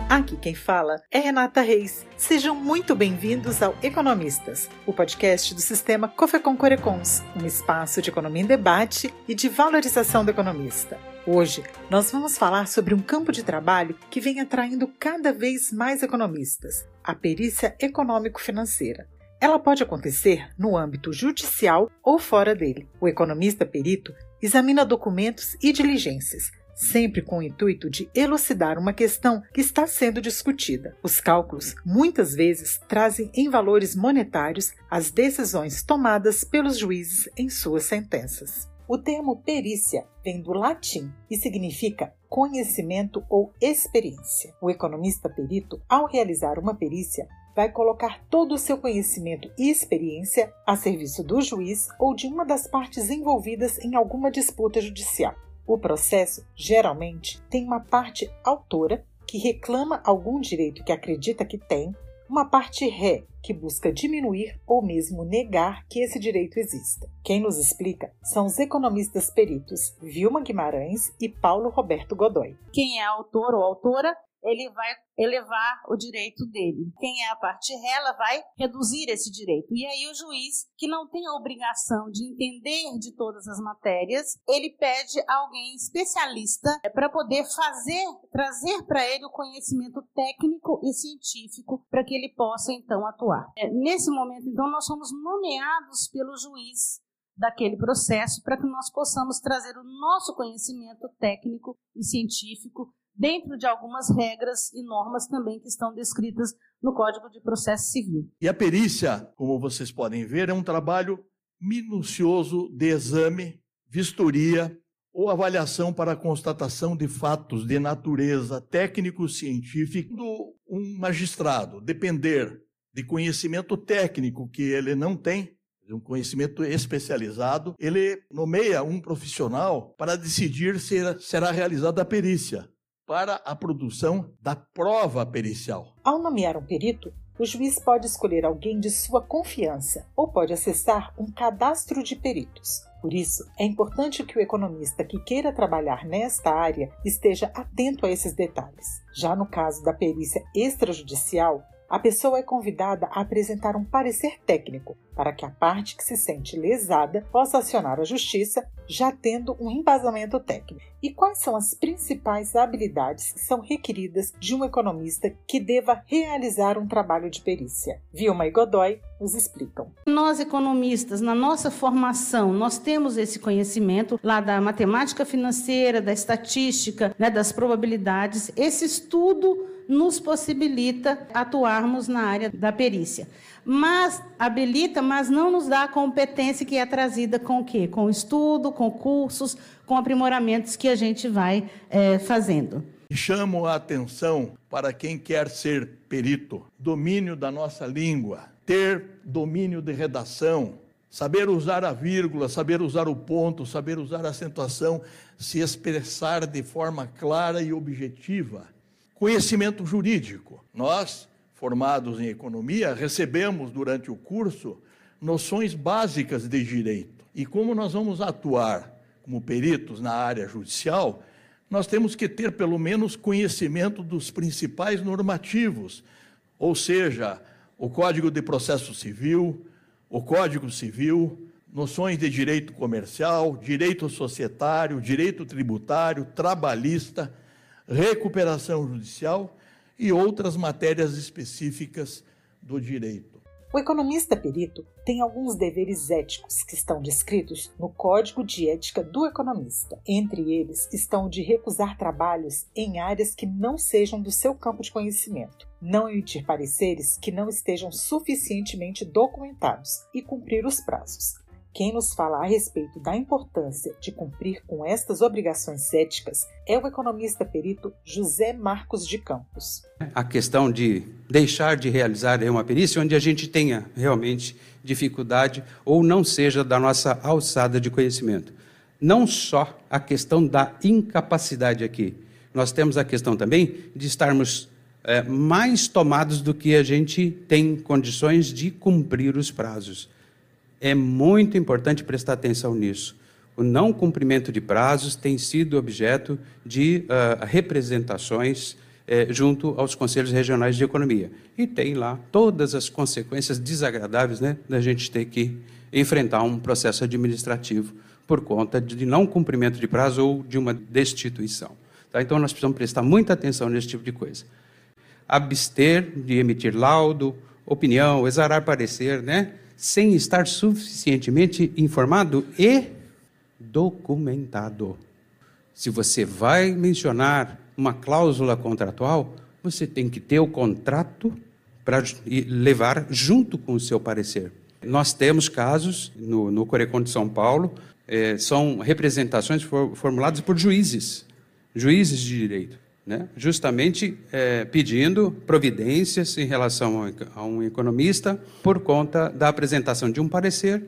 Aqui quem fala é Renata Reis. Sejam muito bem-vindos ao Economistas, o podcast do sistema Cofecon Corecons, um espaço de economia em debate e de valorização do economista. Hoje, nós vamos falar sobre um campo de trabalho que vem atraindo cada vez mais economistas, a perícia econômico-financeira. Ela pode acontecer no âmbito judicial ou fora dele. O economista perito examina documentos e diligências, sempre com o intuito de elucidar uma questão que está sendo discutida. Os cálculos, muitas vezes, trazem em valores monetários as decisões tomadas pelos juízes em suas sentenças. O termo perícia vem do latim e significa conhecimento ou experiência. O economista perito, ao realizar uma perícia, vai colocar todo o seu conhecimento e experiência a serviço do juiz ou de uma das partes envolvidas em alguma disputa judicial. O processo, geralmente, tem uma parte autora, que reclama algum direito que acredita que tem, uma parte ré, que busca diminuir ou mesmo negar que esse direito exista. Quem nos explica são os economistas peritos Vilma Guimarães e Paulo Roberto Godoy. Quem é autor ou autora, ele vai elevar o direito dele. Quem é a parte ré, ela vai reduzir esse direito. E aí o juiz, que não tem a obrigação de entender de todas as matérias, ele pede alguém especialista para poder trazer para ele o conhecimento técnico e científico para que ele possa então atuar. Nesse momento, então, nós somos nomeados pelo juiz daquele processo para que nós possamos trazer o nosso conhecimento técnico e científico dentro de algumas regras e normas também que estão descritas no Código de Processo Civil. E a perícia, como vocês podem ver, é um trabalho minucioso de exame, vistoria ou avaliação para a constatação de fatos de natureza técnico-científica do um magistrado. Depender de conhecimento técnico que ele não tem, um conhecimento especializado, ele nomeia um profissional para decidir se será realizada a perícia, para a produção da prova pericial. Ao nomear um perito, o juiz pode escolher alguém de sua confiança ou pode acessar um cadastro de peritos. Por isso, é importante que o economista que queira trabalhar nesta área esteja atento a esses detalhes. Já no caso da perícia extrajudicial, a pessoa é convidada a apresentar um parecer técnico para que a parte que se sente lesada possa acionar a justiça, já tendo um embasamento técnico. E quais são as principais habilidades que são requeridas de um economista que deva realizar um trabalho de perícia? Vilma e Godoy nos explicam. Nós, economistas, na nossa formação, nós temos esse conhecimento lá da matemática financeira, da estatística, das probabilidades. Esse estudo nos possibilita atuarmos na área da perícia. Mas habilita, mas não nos dá a competência que é trazida com o quê? Com o estudo, com cursos, com aprimoramentos que a gente vai fazendo. Chamo a atenção para quem quer ser perito. Domínio da nossa língua, ter domínio de redação, saber usar a vírgula, saber usar o ponto, saber usar a acentuação, se expressar de forma clara e objetiva. Conhecimento jurídico. Nós, formados em economia, recebemos durante o curso noções básicas de direito. E como nós vamos atuar como peritos na área judicial, nós temos que ter pelo menos conhecimento dos principais normativos, ou seja, o Código de Processo Civil, o Código Civil, noções de direito comercial, direito societário, direito tributário, trabalhista, recuperação judicial e outras matérias específicas do direito. O economista perito tem alguns deveres éticos que estão descritos no Código de Ética do Economista. Entre eles estão o de recusar trabalhos em áreas que não sejam do seu campo de conhecimento, não emitir pareceres que não estejam suficientemente documentados e cumprir os prazos. Quem nos fala a respeito da importância de cumprir com estas obrigações éticas é o economista perito José Marcos de Campos. A questão de deixar de realizar uma perícia onde a gente tenha realmente dificuldade ou não seja da nossa alçada de conhecimento. Não só a questão da incapacidade aqui. Nós temos a questão também de estarmos mais tomados do que a gente tem condições de cumprir os prazos. É muito importante prestar atenção nisso. O não cumprimento de prazos tem sido objeto de representações junto aos Conselhos Regionais de Economia. E tem lá todas as consequências desagradáveis, né, da gente ter que enfrentar um processo administrativo por conta de não cumprimento de prazo ou de uma destituição. Tá? Então, nós precisamos prestar muita atenção nesse tipo de coisa. Abster de emitir laudo, opinião, exarar parecer, né, sem estar suficientemente informado e documentado. Se você vai mencionar uma cláusula contratual, você tem que ter o contrato para levar junto com o seu parecer. Nós temos casos no Corecon de São Paulo, são representações formuladas por juízes de direito, né? Justamente pedindo providências em relação a um economista por conta da apresentação de um parecer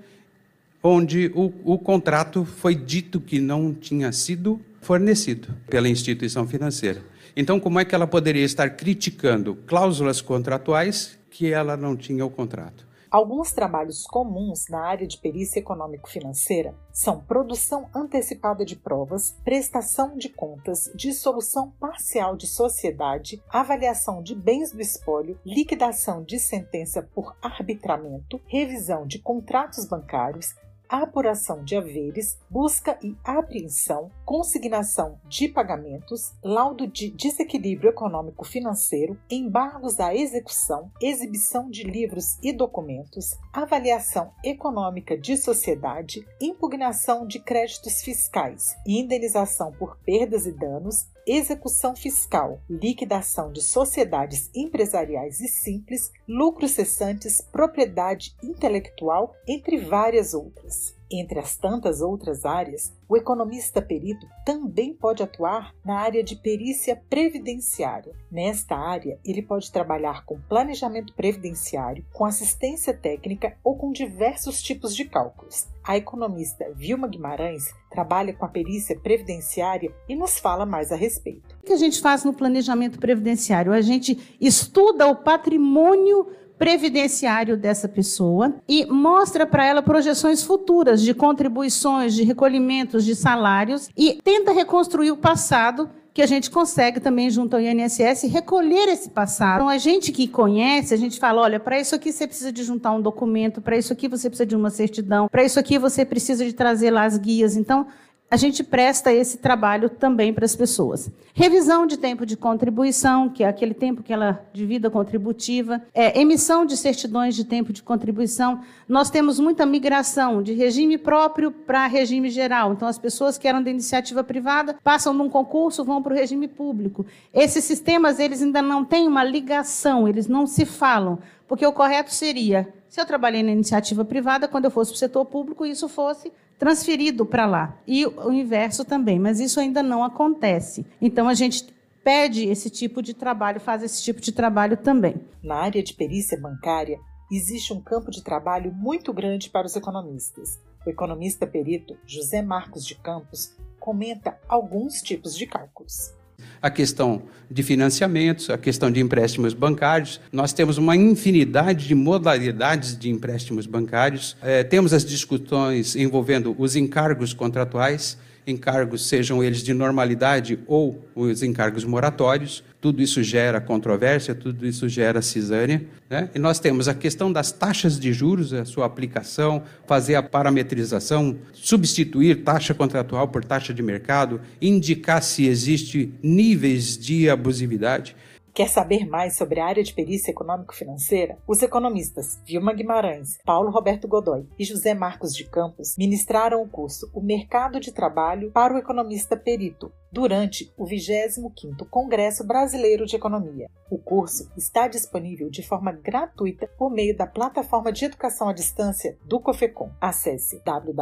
onde o contrato foi dito que não tinha sido fornecido pela instituição financeira. Então, como é que ela poderia estar criticando cláusulas contratuais que ela não tinha o contrato? Alguns trabalhos comuns na área de perícia econômico-financeira são produção antecipada de provas, prestação de contas, dissolução parcial de sociedade, avaliação de bens do espólio, liquidação de sentença por arbitramento, revisão de contratos bancários, apuração de haveres, busca e apreensão, consignação de pagamentos, laudo de desequilíbrio econômico-financeiro, embargos à execução, exibição de livros e documentos, avaliação econômica de sociedade, impugnação de créditos fiscais, indenização por perdas e danos, execução fiscal, liquidação de sociedades empresariais e simples, lucros cessantes, propriedade intelectual, entre várias outras. Entre as tantas outras áreas, o economista perito também pode atuar na área de perícia previdenciária. Nesta área, ele pode trabalhar com planejamento previdenciário, com assistência técnica ou com diversos tipos de cálculos. A economista Vilma Guimarães trabalha com a perícia previdenciária e nos fala mais a respeito. O que a gente faz no planejamento previdenciário? A gente estuda o patrimônio previdenciário dessa pessoa e mostra para ela projeções futuras de contribuições, de recolhimentos de salários e tenta reconstruir o passado, que a gente consegue também, junto ao INSS, recolher esse passado. Então, a gente que conhece, a gente fala, olha, para isso aqui você precisa de juntar um documento, para isso aqui você precisa de uma certidão, para isso aqui você precisa de trazer lá as guias. Então, a gente presta esse trabalho também para as pessoas. Revisão de tempo de contribuição, que é aquele tempo que ela de vida contributiva, emissão de certidões de tempo de contribuição. Nós temos muita migração de regime próprio para regime geral. Então, as pessoas que eram da iniciativa privada passam num concurso, vão para o regime público. Esses sistemas, eles ainda não têm uma ligação, eles não se falam, porque o correto seria, se eu trabalhei na iniciativa privada, quando eu fosse para o setor público, isso fosse transferido para lá. E o inverso também, mas isso ainda não acontece. Então, a gente pede esse tipo de trabalho, faz esse tipo de trabalho também. Na área de perícia bancária, existe um campo de trabalho muito grande para os economistas. O economista perito José Marcos de Campos comenta alguns tipos de cálculos. A questão de financiamentos, a questão de empréstimos bancários. Nós temos uma infinidade de modalidades de empréstimos bancários. Temos as discussões envolvendo os encargos contratuais, encargos sejam eles de normalidade ou os encargos moratórios. Tudo isso gera controvérsia, tudo isso gera cisânia, né? E nós temos a questão das taxas de juros, a sua aplicação, fazer a parametrização, substituir taxa contratual por taxa de mercado, indicar se existe níveis de abusividade. Quer saber mais sobre a área de perícia econômico-financeira? Os economistas Vilma Guimarães, Paulo Roberto Godoy e José Marcos de Campos ministraram o curso O Mercado de Trabalho para o Economista Perito, durante o 25º Congresso Brasileiro de Economia. O curso está disponível de forma gratuita por meio da plataforma de educação à distância do COFECON. Acesse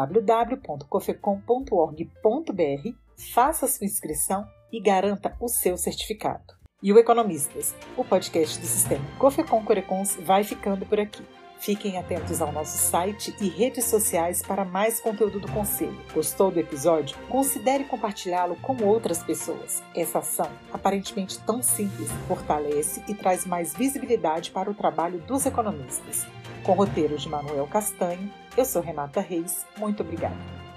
www.cofecom.org.br, faça sua inscrição e garanta o seu certificado. E o Economistas, o podcast do sistema COFECON Corecons, vai ficando por aqui. Fiquem atentos ao nosso site e redes sociais para mais conteúdo do Conselho. Gostou do episódio? Considere compartilhá-lo com outras pessoas. Essa ação, aparentemente tão simples, fortalece e traz mais visibilidade para o trabalho dos economistas. Com roteiro de Manuel Castanho, eu sou Renata Reis. Muito obrigada.